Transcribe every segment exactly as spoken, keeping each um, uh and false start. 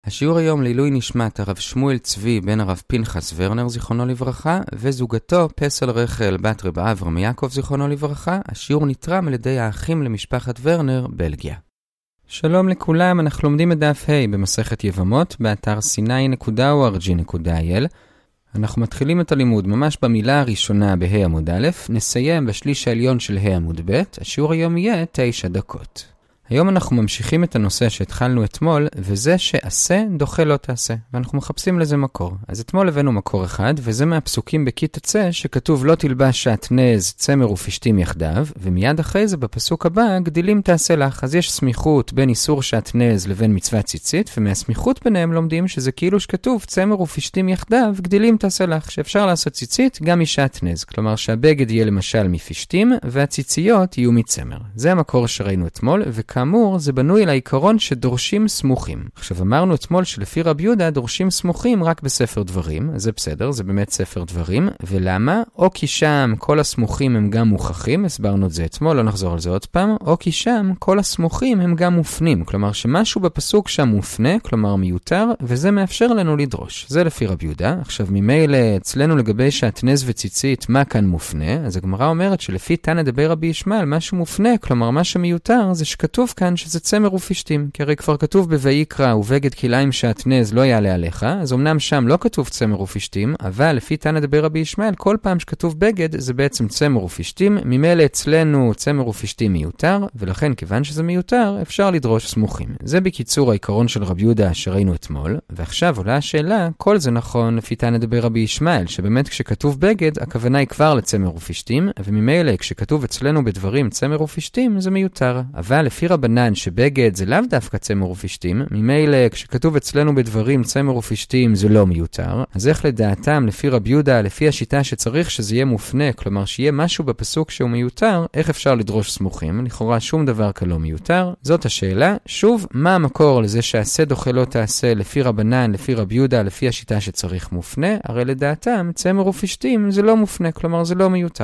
השיעור היום לעילוי נשמת הרב שמואל צבי בן הרב פנחס ורנר זיכרונו לברכה וזוגתו פסל רחל בת רב אברהם יעקב זיכרונו לברכה. השיעור נתרם על ידי האחים למשפחת ורנר, בלגיה. שלום לכולם, אנחנו לומדים את דף ה' במסכת יבמות באתר סיני נקודה או אר ג'י נקודה איי אל. אנחנו מתחילים את הלימוד ממש במילה הראשונה בה' עמוד א', נסיים בשליש העליון של ה' עמוד ב'. השיעור היום יהיה תשע דקות. היום אנחנו ממשיכים את הנושא שהתחלנו אתמול, וזה שעשה דוחה לא תעשה, ואנחנו מחפשים לזה מקור. אז אתמול הבאנו מקור אחד, וזה מהפסוקים בכית עצה, שכתוב לא תלבש שעטנז, צמר ופשתים יחדיו, ומיד אחרי זה בפסוק הבא, גדילים תעשה לך. אז יש סמיכות בין איסור שעטנז לבין מצוות ציצית, ומהסמיכות ביניהם לומדים שזה כאילו שכתוב צמר ופשתים יחדיו, גדילים תעשה לך, שאפשר לעשות ציצית גם משעטנז. כלומר שהבגד יהיה למשל מפשתים, והציציות יהיו מצמר. זה המקור שראינו אתמול, וכ כאמור, זה בנוי על העיקרון שדורשים סמוכים. עכשיו אמרנו אתמול שלפי רב יהודה דורשים סמוכים רק בספר דברים, אז זה בסדר, זה באמת ספר דברים, ולמה? או כי שם כל הסמוכים הם גם מוכחים, הסברנו את זה אתמול, לא נחזור על זה עוד פעם, או כי שם כל הסמוכים הם גם מופנים, כלומר שמשהו בפסוק שם מופנה, כלומר מיותר, וזה מאפשר לנו לדרוש. זה לפי רב יהודה. עכשיו ממילא אצלנו לגבי שעטנז וציצית, מה כאן מופנה? אז הגמרא אומרת שלפי תנא דבר רבי ישמעאל, משהו מופנה, כלומר מה שמיותר זה שכתוב כאן שזה צמר ופשתים, כי הרי כבר כתוב בויקרא ובגד כליים שעטנז לא יעלה עליך, אז אמנם שם לא כתוב צמר ופשתים, אבל לפי תנא דבר רבי ישמעאל, כל פעם שכתוב בגד זה בעצם צמר ופשתים, ממילא אצלנו צמר ופשתים מיותר, ולכן כיוון שזה מיותר, אפשר לדרוש סמוכים. זה בקיצור העיקרון של רבי יהודה שראינו אתמול, ועכשיו עולה השאלה, כל זה נכון לפי תנא דבר רבי ישמעאל, שבאמת כשכתוב בגד, הכוונה היא כבר לצמר ופשתים, וממילא כשכתוב אצלנו בדברים צמר ופשתים, זה מיותר. אבל לפי רבנן שבגד זה לאו דווקא צמר ופשתים, ממילא כשכתוב אצלנו בדברים צמר ופשתים זה לא מיותר. אז איך לדעתם, לפי רבי יהודה, לפי השיטה שצריך שזה יהיה מופנה, כלומר שיהיה משהו בפסוק שהוא מיותר, איך אפשר לדרוש סמוכים? לכאורה שום דבר כלא מיותר. זאת השאלה. שוב, מה המקור לזה שעשה דוחה לא תעשה לפי רבנן, לפי רבי יהודה, לפי השיטה שצריך מופנה? הרי לדעתם צמר ופשתים זה לא מופנה, כלומר זה לא מיותר.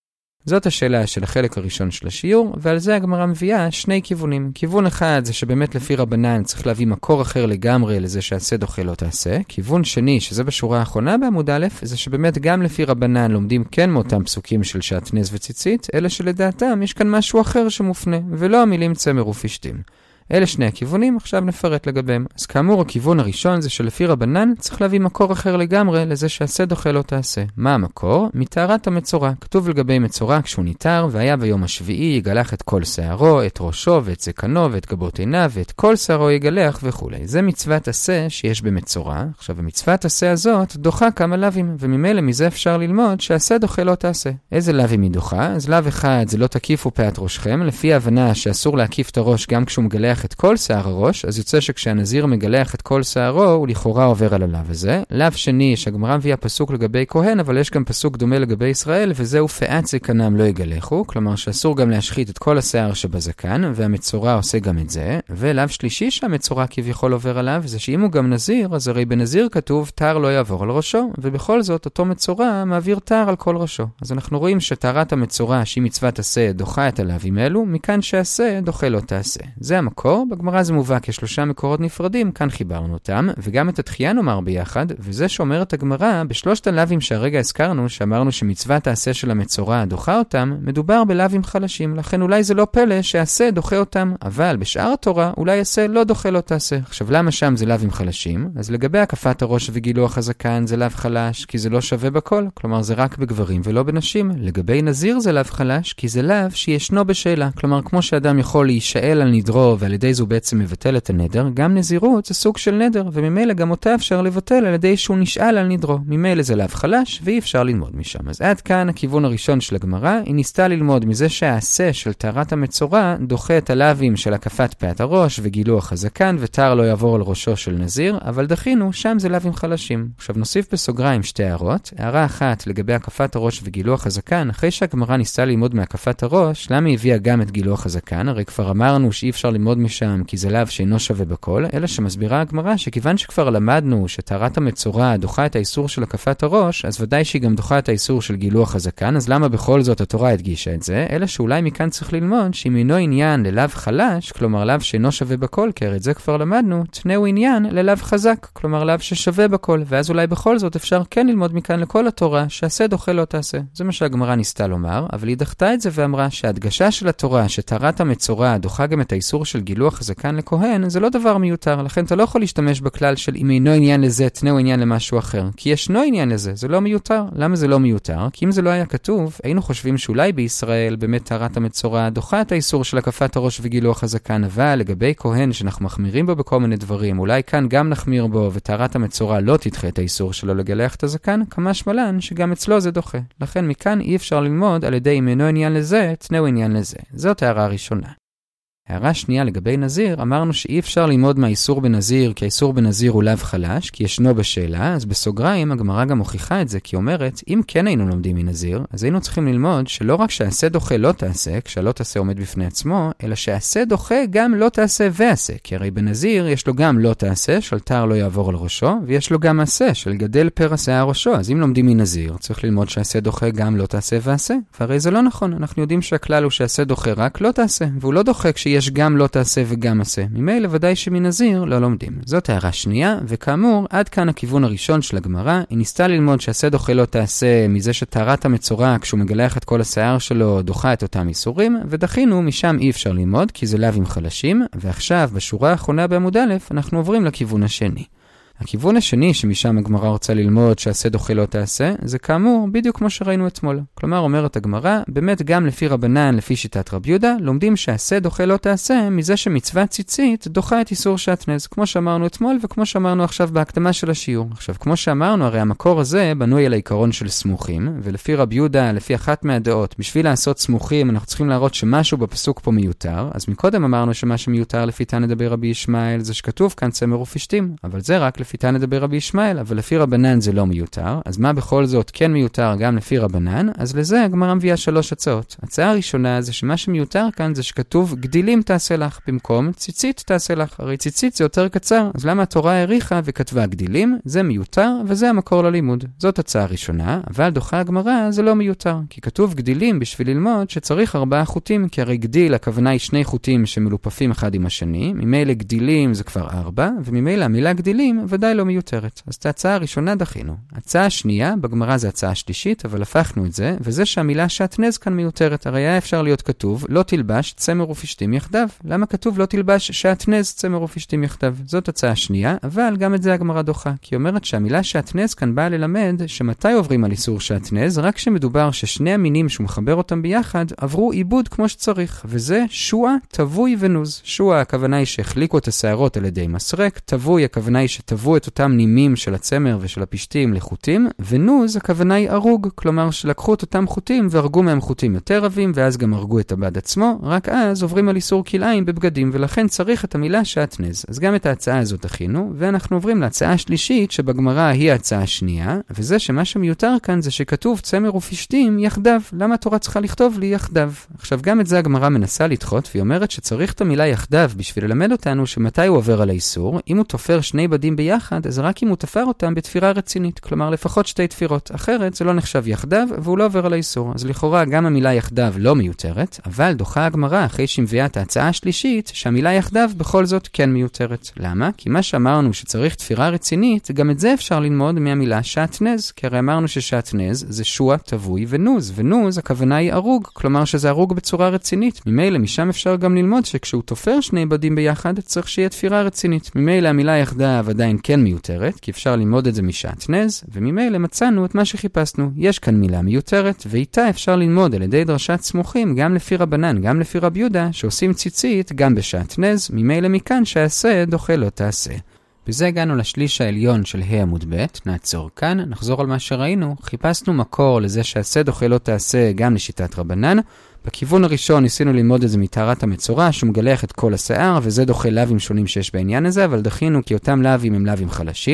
זאת השאלה של החלק הראשון של השיעור, ועל זה הגמרא מביאה שני כיוונים. כיוון אחד זה שבאמת לפי רבנן צריך להביא מקור אחר לגמרי לזה שעשה דוחה לא תעשה. כיוון שני, שזה בשורה האחרונה בעמוד א', זה שבאמת גם לפי רבנן לומדים כן מאותם פסוקים של שעטנז וציצית, אלא שלדעתם יש כאן משהו אחר שמופנה, ולא המילים צמר ופשתים. אלה שני הכיוונים, עכשיו נפרט לגביהם. אז כאמור, הכיוון הראשון זה שלפי רבנן צריך להביא מקור אחר לגמרי לזה שעשה דוחה לא תעשה. מה המקור? מטהרת המצורע. כתוב לגבי מצורע כשהוא ניטר, והיה ביום השביעי יגלח את כל שערו, את ראשו ואת זקנו ואת גבות עיניו ואת כל שערו יגלח וכו'. זה מצוות עשה שיש במצורע. עכשיו, המצוות עשה הזאת דוחה כמה לווים, וממילא מזה אפשר ללמוד שעשה דוחה לא תעשה. איזה לווים היא דוחה? אז לב אחד זה לא תקיפו פאת ראשכם, לפי ההבנה שאסור להקיף את הראש גם כשהוא מגלח את כל שיער הראש, אז יוצא שכשהנזיר מגלח את כל שערו, הוא לכאורה עובר על הלב הזה. לב שני, שהגמרא מביאה פסוק לגבי כהן, אבל יש גם פסוק דומה לגבי ישראל, וזהו פאת זקנם לא יגלחו, כלומר שאסור גם להשחית את כל השיער שבזקן, והמצורע עושה גם את זה. ולב שלישי שהמצורע כביכול עובר עליו, זה שאם הוא גם נזיר, אז הרי בנזיר כתוב תר לא יעבור על ראשו, ובכל זאת אותו מצורע מעביר תר על כל ראשו. אז אנחנו רואים שטהרת המצורע שהיא מצוות עשה דוחה את הלווים אלו, מכאן שעשה דוחה לא תעשה. זה המקור. בגמרא זה מובא כשלושה מקורות נפרדים, כאן חיברנו אותם, וגם את התחייה נאמר ביחד, וזה שאומרת הגמרא, בשלושת הלווים שהרגע הזכרנו, שאמרנו שמצוות העשה של המצורע דוחה אותם, מדובר בלווים חלשים, לכן אולי זה לא פלא שעשה דוחה אותם, אבל בשאר התורה אולי עשה לא דוחה לא תעשה. עכשיו למה שם זה לווים חלשים? אז לגבי הקפת הראש וגילוח הזקן זה לב חלש, כי זה לא שווה בכל, כלומר זה רק בגברים ולא בנשים. לגבי נזיר זה לב חלש, כי זה לב שישנו בשאלה, כלומר כמו שאדם יכול להישאל על נדרו ועל ידי זו בעצם מבטל את הנדר, גם נזירות זה סוג של נדר, וממילא גם אותה אפשר לבטל על ידי שהוא נשאל על נדרו. ממילא זה לב חלש, ואי אפשר ללמוד משם. אז עד כאן הכיוון הראשון של הגמרא, היא ניסתה ללמוד מזה שהעשה של טהרת המצורע דוחה את הלווים של הקפת פאת הראש וגילוח הזקן, ותר לא יעבור על ראשו של נזיר, אבל דחינו, שם זה לווים חלשים. עכשיו נוסיף בסוגריים שתי הערות. הערה אחת לגבי הקפת הראש וגילוח הזקן, אחרי שהגמרא ניסתה ללמוד מהקפת הראש, למה היא הביאה גם את גילוח הזקן? הרי כבר אמרנו שאי אפשר ללמוד משם, כי זה לאו שאינו שווה בכל, אלא שמסבירה הגמרא שכיוון שכבר למדנו שטהרת המצורע דוחה את האיסור של הקפת הראש, אז ודאי שהיא גם דוחה את האיסור של גילוח הזקן, אז למה בכל זאת התורה הדגישה את זה? אלא שאולי מכאן צריך ללמוד שאם אינו עניין ללאו חלש, כלומר לאו שאינו שווה בכל, כי הרי את זה כבר למדנו, תנאו עניין ללאו חזק, כלומר לאו ששווה בכל, ואז אולי בכל זאת אפשר כן ללמוד מכאן לכל התורה שעשה דוחה לא תעשה. זה מה שהגמרא ניסתה לומר, אבל היא דחתה את זה ואמרה שההדגשה של התורה שטהרת המצורע דוחה גם את האיסור של גילוח הזקן לכהן, זה לא דבר מיותר, לכן אתה לא יכול להשתמש בכלל של אם אינו עניין לזה, תנאו עניין למשהו אחר, כי ישנו עניין לזה, זה לא מיותר. למה זה לא מיותר? כי אם זה לא היה כתוב, היינו חושבים שאולי בישראל באמת טהרת המצורע דוחה את האיסור של הקפת הראש וגילוח הזקן, אבל לגבי כהן שאנחנו מחמירים בו בכל מיני דברים, אולי כאן גם נחמיר בו וטהרת המצורע לא תדחה את האיסור שלו לגלח את הזקן, כמה שמלן שגם אצלו זה דוחה. לכן מכאן אי אפשר ללמוד על ידי אם אינו עניין לזה, תנאו עניין לזה. זאת הערה הראשונה. הערה שנייה לגבי נזיר, אמרנו שאי אפשר ללמוד מהאיסור בנזיר, כי האיסור בנזיר הוא לאו חלש, כי ישנו בשאלה, אז בסוגריים הגמרא גם מוכיחה את זה, כי אומרת, אם כן היינו לומדים מנזיר, אז היינו צריכים ללמוד שלא רק שעשה דוחה לא תעשה, כשלא תעשה עומד בפני עצמו, אלא שעשה דוחה גם לא תעשה ועשה, כי הרי בנזיר יש לו גם לא תעשה, שלטר לא יעבור על ראשו, ויש לו גם עשה, של גדל פר עשה ראשו, אז אם לומדים מנזיר, צריך ללמוד שעשה דוחה גם לא תעשה ועשה, והרי זה לא נכון, אנחנו יודעים שהכלל הוא שעשה דוחה רק לא תעשה, והוא לא דוחה כשיש גם לא תעשה וגם עשה. ממילא ודאי שמנזיר לא לומדים. זאת הערה שנייה, וכאמור, עד כאן הכיוון הראשון של הגמרא. היא ניסתה ללמוד שעשה דוחה לא תעשה מזה שטהרת המצורע כשהוא מגלח את כל השיער שלו דוחה את אותם איסורים, ודחינו משם אי אפשר ללמוד כי זה לאווים חלשים, ועכשיו בשורה האחרונה בעמוד א' אנחנו עוברים לכיוון השני. הכיוון השני שמשם הגמרא רוצה ללמוד שעשה דוחה לא תעשה, זה כאמור בדיוק כמו שראינו אתמול. כלומר, אומרת הגמרא, באמת גם לפי רבנן, לפי שיטת רבי יהודה, לומדים שעשה דוחה לא תעשה מזה שמצוות ציצית דוחה את איסור שעטנז, כמו שאמרנו אתמול וכמו שאמרנו עכשיו בהקדמה של השיעור. עכשיו, כמו שאמרנו, הרי המקור הזה בנוי על העיקרון של סמוכים, ולפי רבי יהודה, לפי אחת מהדעות, בשביל לעשות סמוכים, אנחנו צריכים להראות שמשהו בפסוק פה מיותר. אז מקודם אמרנו שמה שמיותר לפי תנא דבר רבי ישמעאל זה שכתוב כאן צמר ופשתים, אבל זה רק לפי תנא דבר רבי ישמעאל, אבל לפי רבנן זה לא מיותר. אז מה בכל זאת כן מיותר גם לפי רבנן? אז לזה הגמרא מביאה שלוש הצעות. הצעה הראשונה זה שמה שמיותר כאן זה שכתוב גדילים תעשה לך במקום ציצית תעשה לך. הרי ציצית זה יותר קצר, אז למה התורה העריכה וכתבה גדילים? זה מיותר וזה המקור ללימוד. זאת הצעה ראשונה, אבל דוחה הגמרא זה לא מיותר, כי כתוב גדילים בשביל ללמוד שצריך ארבעה חוטים, כי הרי גדיל הכוונה היא שני חוטים שמלופפים אחד עם השני, ממילא גדילים זה כבר ארבע, וממילא המילה גדילים ודאי לא מיותרת. אז את ההצעה הראשונה דחינו. הצעה השנייה, בגמרא זה הצעה שלישית, אבל הפכנו את זה, וזה שהמילה שעטנז כאן מיותרת. הרי היה אפשר להיות כתוב, לא תלבש צמר ופשתים יחדיו. למה כתוב לא תלבש שעטנז צמר ופשתים יחדיו? זאת הצעה שנייה, אבל גם את זה הגמרא דוחה, כי אומרת שהמילה שעטנז כאן באה ללמד שמתי עוברים על איסור שעטנז, רק שמדובר ששני המינים שהוא מחבר אותם ביחד עברו עיבוד כמו שצריך, וזה שוע, תבוי ונוז. שוע הכוונה היא שהחליקו את השערות על ידי מסרק, תבוי הכוונה היא שתבו את אותם נימים של הצמר ושל הפשתים לחוטים, ונוז הכוונה היא ארוג, כלומר שלקחו את אותם חוטים והרגו מהם חוטים יותר רבים, ואז גם הרגו את הבד עצמו, רק אז עוברים על איסור כלאיים בבגדים, ולכן צריך את המילה שעטנז. אז גם את ההצעה הזאת הכינו, ואנחנו עוברים להצעה השלישית שבגמרא היא ההצעה השנייה, וזה שמה שמיותר כאן זה שכתוב צמר ופשתים יחדיו. למה התורה צריכה לכתוב לי יחדיו? עכשיו גם את זה הגמרא מנסה לדחות, והיא אומרת שצריך את המילה יחדיו בשביל ללמד אותנו שמתי הוא עובר על האיסור. אם הוא תופר שני בדים ביחד, אז רק אם הוא תפר אותם בתפירה רצינית, כלומר לפחות שתי תפירות, אחרת זה לא נחשב יחדיו והוא לא עובר על האיסור. אז לכאורה גם המילה יחדיו לא מיותרת, אבל דוחה הגמרא אחרי שמביאה את ההצעה השלישית שהמילה יחדיו בכל זאת כן מיותרת. למה? כי מה שאמרנו שצריך תפירה רצינית, גם את זה אפשר ללמוד מהמילה שעטנז, כי הרי אמרנו ששעטנז זה שוע, תבוי ונוז, ונוז הכוונה היא ארוג, כלומר שזה ארוג בצורה רצינית. ממילא משם אפשר גם ללמוד שכשהוא תופר שני בדים ביחד צריך שיהיה תפירה רצינית. ממילא המילה יחדיו עדיין כן מיותרת, כי אפשר ללמוד את זה משעטנז, וממילא מצאנו את מה שחיפשנו. יש כאן מילה מיותרת, ואיתה אפשר ללמוד על ידי דרשת סמוכים, גם לפי רבנן, גם לפי רבי יהודה, שעושים ציצית גם בשעטנז, ממילא מכאן שעשה דוחה לא תעשה. בזה הגענו לשליש העליון של ה' עמוד ב', נעצור כאן, נחזור על מה שראינו, חיפשנו מקור לזה שעשה דוחה לא תעשה גם לשיטת רבנן. בכיוון הראשון ניסינו ללמוד את זה מטהרת המצורע, שהוא מגלח את כל השיער, וזה דוחה לאווים שונים שיש בעניין הזה, אבל דחינו כי אותם לאווים הם לאווים חלשים.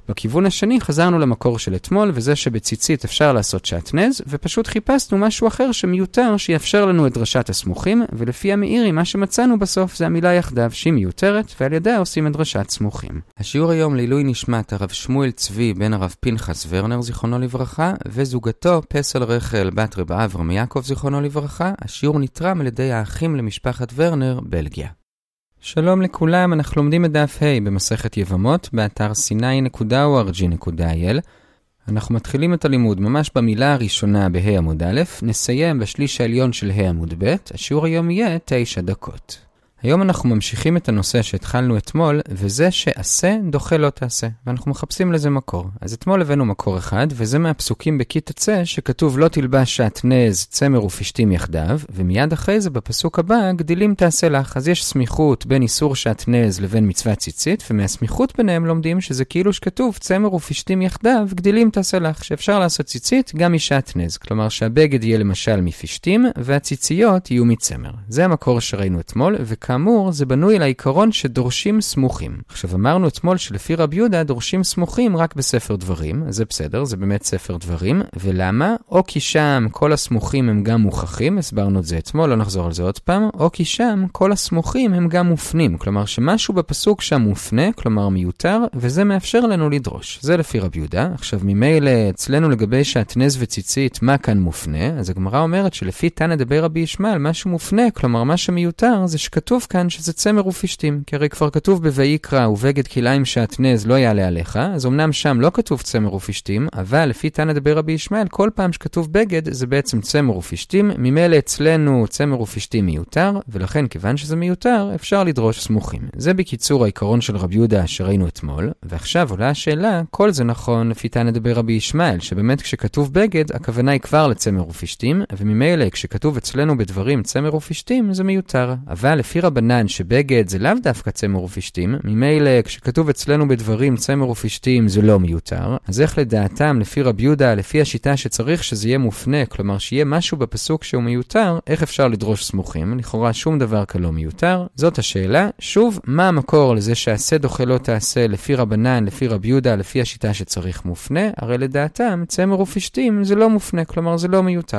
בכיוון השני חזרנו למקור של אתמול, וזה שבציצית אפשר לעשות שעטנז, ופשוט חיפשנו משהו אחר שמיותר שיאפשר לנו את דרשת הסמוכים, ולפי המאירי מה שמצאנו בסוף זה המילה יחדיו שהיא מיותרת, ועל ידה עושים את דרשת סמוכים. השיעור היום לעילוי נשמת הרב שמואל צבי בן הרב פנחס ורנר זיכרונו לברכה, וזוגתו פסל רחל בת רב אברהם יעקב זיכרונו לברכה. השיעור נתרם על ידי האחים למשפחת ורנר, בלגיה. שלום לכולם, אנחנו לומדים את דף ה' במסכת יבמות, באתר סיני נקודה או אר ג'י נקודה איי אל. אנחנו מתחילים את הלימוד ממש במילה הראשונה בה' עמוד א', נסיים בשליש העליון של ה' עמוד ב', השיעור היום יהיה תשע דקות. היום אנחנו ממשיכים את הנושא שהתחלנו אתמול, וזה שעשה דוחה לא תעשה, ואנחנו מחפשים לזה מקור. אז אתמול הבאנו מקור אחד, וזה מהפסוקים בכית עצה, שכתוב לא תלבש שעטנז, צמר ופשתים יחדיו, ומיד אחרי זה בפסוק הבא, גדילים תעשה לך. אז יש סמיכות בין איסור שעטנז לבין מצוות ציצית, ומהסמיכות ביניהם לומדים שזה כאילו שכתוב צמר ופשתים יחדיו, גדילים תעשה לך, שאפשר לעשות ציצית גם משעטנז, כלומר שהבגד יהיה למשל מפשתים, והציציות יהיו מצמר. זה המקור שראינו אתמול, וכאן כאמור, זה בנוי לעיקרון שדורשים סמוכים. עכשיו אמרנו אתמול שלפי רב יהודה דורשים סמוכים רק בספר דברים, אז זה בסדר, זה באמת ספר דברים, ולמה? או כי שם כל הסמוכים הם גם מוכחים, הסברנו את זה אתמול, לא נחזור על זה עוד פעם, או כי שם כל הסמוכים הם גם מופנים, כלומר שמשהו בפסוק שם מופנה, כלומר מיותר, וזה מאפשר לנו לדרוש. זה לפי רב יהודה. עכשיו ממילא אצלנו לגבי שעטנז וציצית, מה כאן מופנה? אז הגמרא אומרת שלפי תנא דבר רבי ישמעאל, משהו מופנה, כלומר מה שמיותר זה שכתוב כאן שזה צמר ופשתים, כי הרי כבר כתוב בויקרא ובגד כליים שעטנז לא יעלה עליך, אז אמנם שם לא כתוב צמר ופשתים, אבל לפי תנא דבר רבי ישמעאל, כל פעם שכתוב בגד זה בעצם צמר ופשתים, ממילא אצלנו צמר ופשתים מיותר, ולכן כיוון שזה מיותר, אפשר לדרוש סמוכים. זה בקיצור העיקרון של רבי יהודה שראינו אתמול, ועכשיו עולה השאלה, כל זה נכון לפי תנא דבר רבי ישמעאל, שבאמת כשכתוב בגד, הכוונה היא כבר לצמר ופשתים, וממילא כשכתוב אצלנו בדברים צמר ופשתים, זה מיותר. אבל לפי רבנן שבגד זה לאו דווקא צמר ופשתים, ממילא כשכתוב אצלנו בדברים צמר ופשתים זה לא מיותר, אז איך לדעתם לפי רבי יהודה, לפי השיטה שצריך שזה יהיה מופנה, כלומר שיהיה משהו בפסוק שהוא מיותר, איך אפשר לדרוש סמוכים? לכאורה שום דבר כלא מיותר. זאת השאלה. שוב, מה המקור לזה שעשה דוחה לא תעשה לפי רבנן, לפי רבי יהודה, לפי השיטה שצריך מופנה? הרי לדעתם צמר ופשתים זה לא מופנה, כלומר זה לא מיותר.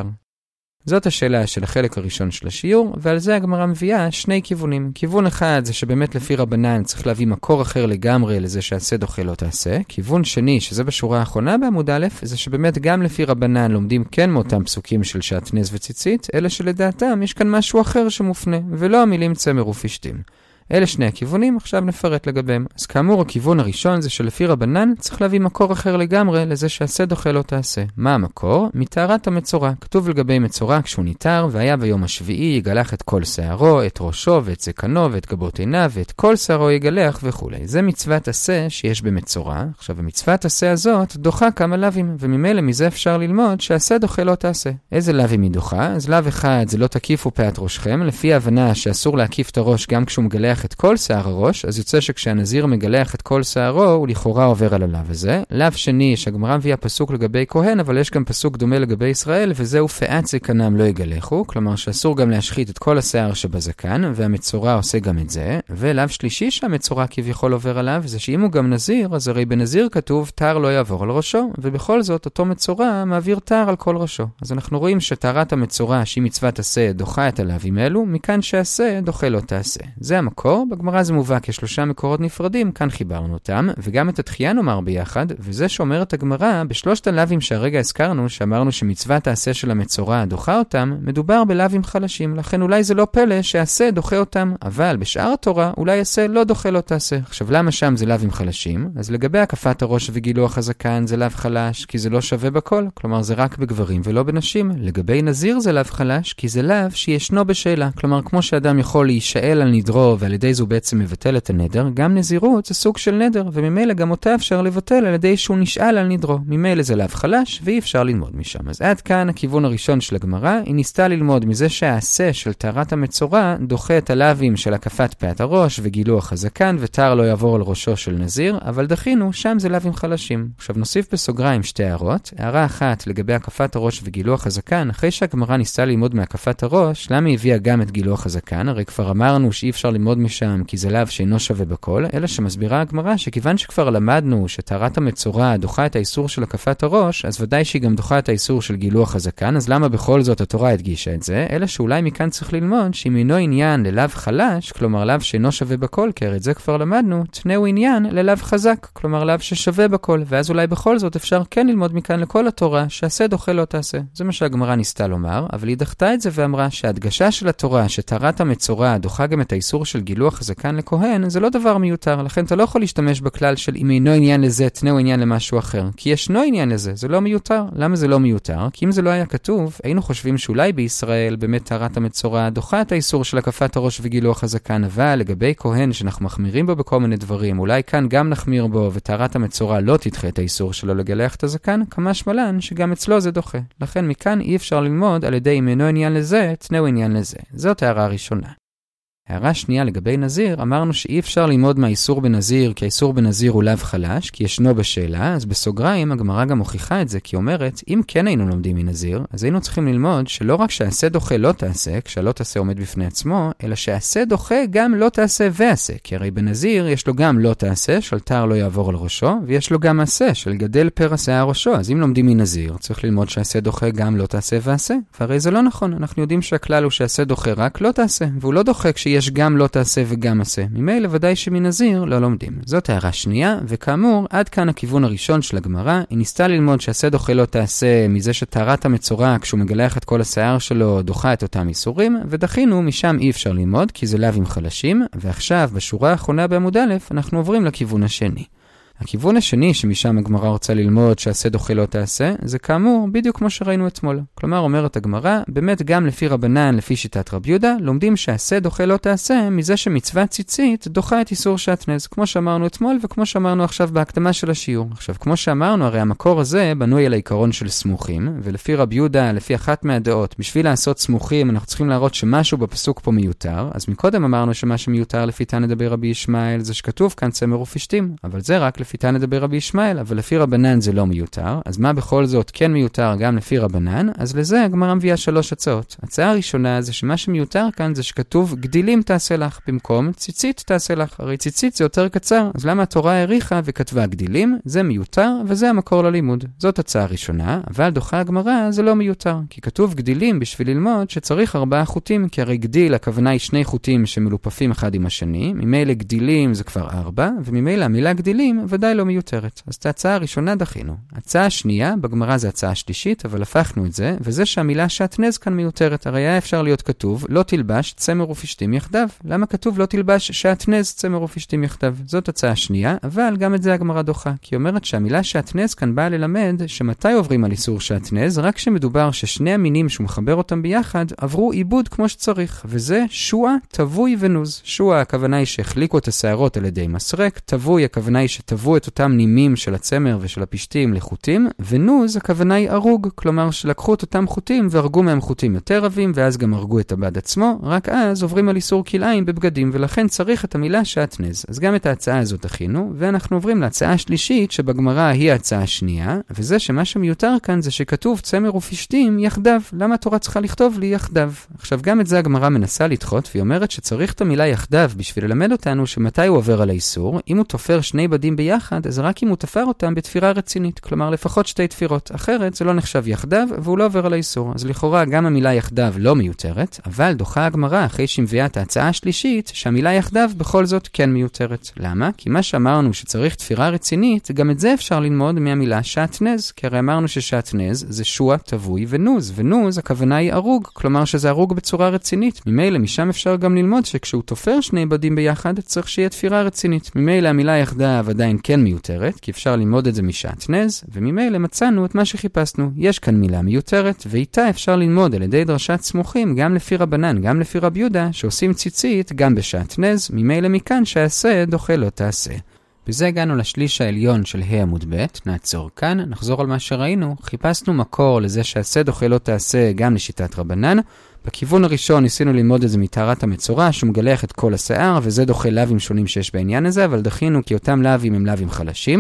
זאת השאלה של החלק הראשון של השיעור, ועל זה הגמרא מביאה שני כיוונים. כיוון אחד זה שבאמת לפי רבנן צריך להביא מקור אחר לגמרי לזה שעשה דוחה לא תעשה. כיוון שני, שזה בשורה האחרונה בעמוד א', זה שבאמת גם לפי רבנן לומדים כן מאותם פסוקים של שעטנז וציצית, אלא שלדעתם יש כאן משהו אחר שמופנה, ולא המילים צמר ופשתים. אלה שני הכיוונים, עכשיו נפרט לגביהם. אז כאמור, הכיוון הראשון זה שלפי רבנן צריך להביא מקור אחר לגמרי לזה שעשה דוחה לא תעשה. מה המקור? מטהרת המצורע. כתוב לגבי מצורע כשהוא ניטר, והיה ביום השביעי יגלח את כל שערו, את ראשו ואת זקנו ואת גבות עיניו ואת כל שערו יגלח וכו'. זה מצוות עשה שיש במצורע. עכשיו, המצוות עשה הזאת דוחה כמה לווים, וממילא מזה אפשר ללמוד שעשה דוחה לא תעשה. איזה לווים היא דוחה? אז לב אחד זה לא תקיפו פאת ראשכם, לפי ההבנה שאסור להקיף את הראש גם כשהוא מגלח את כל שיער הראש, אז יוצא שכשהנזיר מגלח את כל שערו, הוא לכאורה עובר על הלב הזה. לב שני, שהגמרא מביאה פסוק לגבי כהן, אבל יש גם פסוק דומה לגבי ישראל, וזהו פאת זקנם לא יגלחו, כלומר שאסור גם להשחית את כל השיער שבזקן, והמצורע עושה גם את זה. ולב שלישי שהמצורע כביכול עובר עליו, זה שאם הוא גם נזיר, אז הרי בנזיר כתוב תר לא יעבור על ראשו, ובכל זאת אותו מצורע מעביר תר על כל ראשו. אז אנחנו רואים שטהרת המצורע שהיא מצוות עשה דוחה את הלווים אלו, מכאן שעשה דוחה לא תעשה. זה המקור. בגמרא זה מובא כשלושה מקורות נפרדים, כאן חיברנו אותם, וגם את התחייה נאמר ביחד, וזה שאומרת הגמרא, בשלושת הלווים שהרגע הזכרנו, שאמרנו שמצוות העשה של המצורע דוחה אותם, מדובר בלווים חלשים, לכן אולי זה לא פלא שעשה דוחה אותם, אבל בשאר התורה אולי עשה לא דוחה לא תעשה. עכשיו למה שם זה לווים חלשים? אז לגבי הקפת הראש וגילוח הזקן זה לב חלש, כי זה לא שווה בכל, כלומר זה רק בגברים ולא בנשים. לגבי נזיר זה לב חלש, כי זה לב שישנו בשאלה, כלומר כמו שאדם יכול להישאל על נדרו ועל ידי זו בעצם מבטל את הנדר, גם נזירות זה סוג של נדר, וממילא גם אותה אפשר לבטל על ידי שהוא נשאל על נדרו. ממילא זה לב חלש, ואי אפשר ללמוד משם. אז עד כאן הכיוון הראשון של הגמרא, היא ניסתה ללמוד מזה שהעשה של טהרת המצורע דוחה את הלווים של הקפת פאת הראש וגילוח הזקן, ותר לא יעבור על ראשו של נזיר, אבל דחינו, שם זה לווים חלשים. עכשיו נוסיף בסוגריים שתי הערות. הערה אחת לגבי הקפת הראש וגילוח הזקן, אחרי שהגמרא ניסתה ללמוד מהקפת הראש, למה היא הביאה גם את גילוח הזקן? הרי כבר אמרנו שאי אפשר ללמוד משם, כי זה לאו שאינו שווה בכל, אלא שמסבירה הגמרא שכיוון שכבר למדנו שטהרת המצורע דוחה את האיסור של הקפת הראש, אז ודאי שהיא גם דוחה את האיסור של גילוח הזקן, אז למה בכל זאת התורה הדגישה את זה? אלא שאולי מכאן צריך ללמוד שאם אינו עניין ללאו חלש, כלומר לאו שאינו שווה בכל, כי הרי את זה כבר למדנו, תנאו עניין ללאו חזק, כלומר לאו ששווה בכל, ואז אולי בכל זאת אפשר כן ללמוד מכאן לכל התורה שעשה דוחה לא תעשה. זה מה שהגמרא ניסתה לומר, אבל היא דחתה את זה ואמרה שההדגשה של התורה שטהרת המצורע דוחה גם את האיסור של גילוח הזקן לכהן, זה לא דבר מיותר, לכן אתה לא יכול להשתמש בכלל של אם אינו עניין לזה, תנאו עניין למשהו אחר, כי ישנו עניין לזה, זה לא מיותר. למה זה לא מיותר? כי אם זה לא היה כתוב, היינו חושבים שאולי בישראל באמת טהרת המצורע דוחה את האיסור של הקפת הראש וגילוח הזקן, אבל לגבי כהן שאנחנו מחמירים בו בכל מיני דברים, אולי כאן גם נחמיר בו וטהרת המצורע לא תדחה את האיסור שלו לגלח את הזקן, כמה שמלן שגם אצלו זה דוחה. לכן מכאן אי אפשר ללמוד על ידי אם אינו עניין לזה, תנאו עניין לזה. זאת הערה הראשונה. הערה שנייה לגבי נזיר, אמרנו שאי אפשר ללמוד מהאיסור בנזיר, כי האיסור בנזיר הוא לאו חלש, כי ישנו בשאלה, אז בסוגריים הגמרא גם מוכיחה את זה, כי אומרת, אם כן היינו לומדים מנזיר, אז היינו צריכים ללמוד שלא רק שעשה דוחה לא תעשה, כשהלא תעשה עומד בפני עצמו, אלא שעשה דוחה גם לא תעשה ועשה, כי הרי בנזיר יש לו גם לא תעשה, של תר לא יעבור על ראשו, ויש לו גם עשה, של גדל פר עשה ראשו, אז אם לומדים מנזיר, צריך ללמוד שעשה דוחה גם לא תעשה ועשה, והרי זה לא נכון, אנחנו יודעים שהכלל הוא שעשה דוחה רק לא תעשה, והוא לא דוחה יש גם לא תעשה וגם עשה. ממילא ודאי שמנזיר לא לומדים. זאת הערה שנייה, וכאמור, עד כאן הכיוון הראשון של הגמרא. היא ניסתה ללמוד שעשה דוחה לא תעשה מזה שטהרת המצורע כשהוא מגלח את כל השיער שלו דוחה את אותם איסורים, ודחינו משם אי אפשר ללמוד כי זה לאווים חלשים, ועכשיו בשורה האחרונה בעמוד א' אנחנו עוברים לכיוון השני. הכיוון השני שמשם הגמרא רוצה ללמוד שעשה דוחה לא תעשה, זה כאמור בדיוק כמו שראינו אתמול. כלומר אומרת הגמרא, באמת גם לפי רבנן, לפי שיטת רבי יהודה, לומדים שעשה דוחה לא תעשה מזה שמצווה ציצית דוחה את איסור שעטנז, כמו שאמרנו אתמול וכמו שאמרנו עכשיו בהקדמה של השיעור. עכשיו כמו שאמרנו, הרי המקור הזה בנוי על העיקרון של סמוכים, ולפי רבי יהודה, לפי אחת מהדעות, בשביל לעשות סמוכים אנחנו צריכים להראות שמשהו בפסוק פה מיותר, אז מקודם אמרנו שמה שמיותר לפי תנא דבר רבי ישמעאל זה שכתוב כאן צמר ופשתים, אבל זה רק לפי תנא דבר רבי ישמעאל, אבל לפי רבנן זה לא מיותר, אז מה בכל זאת כן מיותר גם לפי רבנן? אז לזה הגמרא מביאה שלוש הצעות. הצעה הראשונה זה שמה שמיותר כאן זה שכתוב גדילים תעשה לך במקום ציצית תעשה לך. הרי ציצית זה יותר קצר, אז למה התורה העריכה וכתבה גדילים? זה מיותר וזה המקור ללימוד. זאת הצעה ראשונה, אבל דוחה הגמרא זה לא מיותר, כי כתוב גדילים בשביל ללמוד שצריך ארבעה חוטים, כי הרי גדיל הכוונה היא שני חוטים שמלופפים אחד עם השני, ממילא גדילים זה כבר ארבע, וממילא המילה גדילים ודאי לא מיותרת. אז את ההצעה הראשונה דחינו. הצעה השנייה, בגמרא זה הצעה שלישית, אבל הפכנו את זה, וזה שהמילה שעטנז כאן מיותרת. הרי היה אפשר להיות כתוב, לא תלבש צמר ופשתים יחדיו. למה כתוב לא תלבש שעטנז צמר ופשתים יחדיו? זאת הצעה שנייה, אבל גם את זה הגמרא דוחה, כי אומרת שהמילה שעטנז כאן באה ללמד שמתי עוברים על איסור שעטנז, רק שמדובר ששני המינים שהוא מחבר אותם ביחד עברו עיבוד כמו שצריך, וזה שועה, תבוי ונוז. שועה הכוונה היא שהחליקו את השערות על ידי מסרק, תבוי הכוונה היא שתבו את אותם נימים של הצמר ושל הפשתים לחוטים, ונוז הכוונה היא ארוג, כלומר שלקחו את אותם חוטים והרגו מהם חוטים יותר רבים, ואז גם הרגו את הבד עצמו, רק אז עוברים על איסור כלאיים בבגדים, ולכן צריך את המילה שעטנז. אז גם את ההצעה הזאת הכינו, ואנחנו עוברים להצעה השלישית שבגמרא היא ההצעה השנייה, וזה שמה שמיותר כאן זה שכתוב צמר ופשתים יחדיו. למה התורה צריכה לכתוב לי יחדיו? עכשיו גם את זה הגמרא מנסה לדחות, והיא אומרת שצריך את המילה יחדיו בשביל ללמד אותנו שמתי הוא עובר על האיסור. אם הוא תופר שני בדים ביחד, אז רק אם הוא תפר אותם בתפירה רצינית, כלומר לפחות שתי תפירות, אחרת זה לא נחשב יחדיו והוא לא עובר על האיסור. אז לכאורה גם המילה יחדיו לא מיותרת, אבל דוחה הגמרא אחרי שמביאה את ההצעה השלישית שהמילה יחדיו בכל זאת כן מיותרת. למה? כי מה שאמרנו שצריך תפירה רצינית, גם את זה אפשר ללמוד מהמילה שעטנז, כי הרי אמרנו ששעטנז זה שוע, תבוי ונוז, ונוז הכוונה היא ארוג, כלומר שזה ארוג בצורה רצינית. ממילא משם אפשר גם ללמוד שכשהוא תופר שני בדים ביחד צריך שיהיה תפירה רצינית. ממילא המילה יחדיו עדיין כן מיותרת, כי אפשר ללמוד את זה משעטנז, וממילא מצאנו את מה שחיפשנו. יש כאן מילה מיותרת, ואיתה אפשר ללמוד על ידי דרשת סמוכים, גם לפי רבנן, גם לפי רבי יהודה, שעושים ציצית גם בשעטנז, ממילא מכאן שעשה דוחה לא תעשה. בזה הגענו לשליש העליון של ה' עמוד ב', נעצור כאן, נחזור על מה שראינו, חיפשנו מקור לזה שעשה דוחה לא תעשה גם לשיטת רבנן. בכיוון הראשון ניסינו ללמוד את זה מטהרת המצורע, שהוא מגלח את כל השיער, וזה דוחה לאווים שונים שיש בעניין הזה, אבל דחינו כי אותם לאווים הם לאווים חלשים.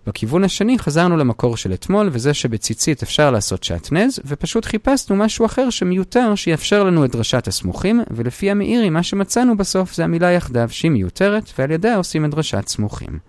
בכיוון השני חזרנו למקור של אתמול, וזה שבציצית אפשר לעשות שעטנז, ופשוט חיפשנו משהו אחר שמיותר שיאפשר לנו את דרשת הסמוכים, ולפי המאירי מה שמצאנו בסוף זה המילה יחדיו שהיא מיותרת, ועל ידיה עושים את דרשת סמוכים.